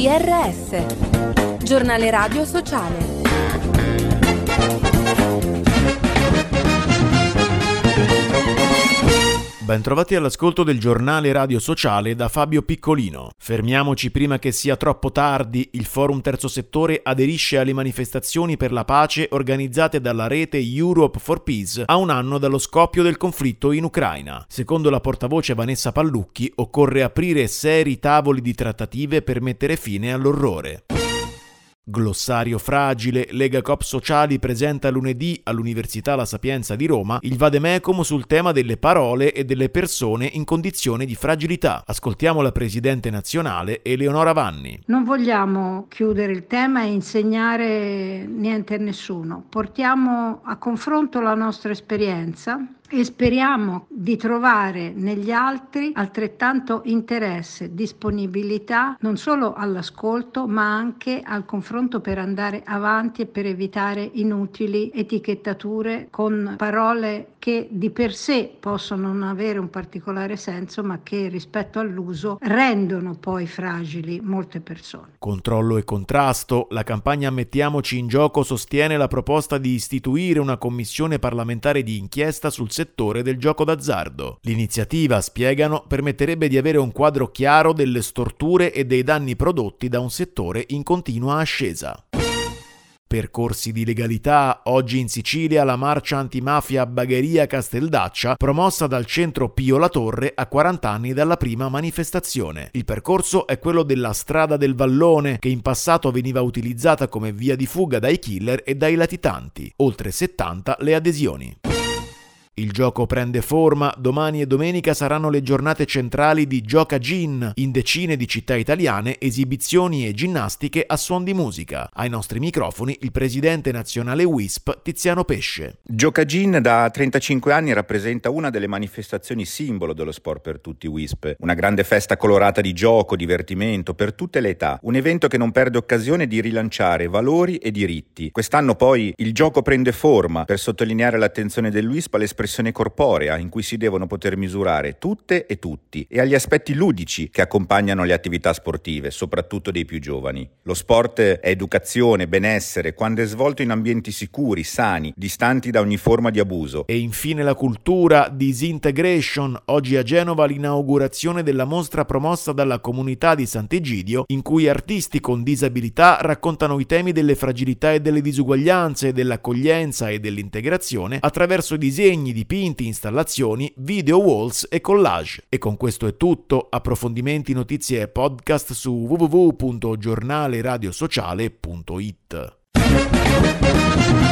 GRS, Giornale Radio Sociale. Bentrovati all'ascolto del Giornale Radio Sociale da Fabio Piccolino. Fermiamoci prima che sia troppo tardi. Il Forum Terzo Settore aderisce alle manifestazioni per la pace organizzate dalla rete Europe for Peace a un anno dallo scoppio del conflitto in Ucraina. Secondo la portavoce Vanessa Pallucchi, occorre aprire seri tavoli di trattative per mettere fine all'orrore. Glossario fragile, Lega Coop Sociali presenta lunedì all'Università La Sapienza di Roma il vademecum sul tema delle parole e delle persone in condizione di fragilità. Ascoltiamo la presidente nazionale Eleonora Vanni. Non vogliamo chiudere il tema e insegnare niente a nessuno. Portiamo a confronto la nostra esperienza e speriamo di trovare negli altri altrettanto interesse, disponibilità non solo all'ascolto ma anche al confronto per andare avanti e per evitare inutili etichettature con parole che di per sé possono non avere un particolare senso ma che rispetto all'uso rendono poi fragili molte persone. Controllo e contrasto. La campagna Mettiamoci in gioco sostiene la proposta di istituire una commissione parlamentare di inchiesta sul settore del gioco d'azzardo. L'iniziativa, spiegano, permetterebbe di avere un quadro chiaro delle storture e dei danni prodotti da un settore in continua ascesa. Percorsi di legalità. Oggi in Sicilia la marcia antimafia a Bagheria Casteldaccia, promossa dal centro Pio La Torre a 40 anni dalla prima manifestazione. Il percorso è quello della strada del Vallone, che in passato veniva utilizzata come via di fuga dai killer e dai latitanti. Oltre 70 le adesioni. Il gioco prende forma. Domani e domenica saranno le giornate centrali di Gioca Gin. In decine di città italiane, esibizioni e ginnastiche a suon di musica. Ai nostri microfoni il presidente nazionale WISP Tiziano Pesce. Gioca Gin da 35 anni rappresenta una delle manifestazioni simbolo dello sport per tutti WISP. Una grande festa colorata di gioco, divertimento per tutte le età. Un evento che non perde occasione di rilanciare valori e diritti. Quest'anno poi il gioco prende forma per sottolineare l'attenzione del WISP all'espressione corporea in cui si devono poter misurare tutte e tutti e agli aspetti ludici che accompagnano le attività sportive, soprattutto dei più giovani. Lo sport è educazione, benessere, quando è svolto in ambienti sicuri, sani, distanti da ogni forma di abuso. E infine la cultura, Disintegration. Oggi a Genova l'inaugurazione della mostra promossa dalla comunità di Sant'Egidio, in cui artisti con disabilità raccontano i temi delle fragilità e delle disuguaglianze, dell'accoglienza e dell'integrazione attraverso disegni, dipinti, installazioni, video walls e collage. E con questo è tutto. Approfondimenti, notizie e podcast su www.giornaleradiosociale.it.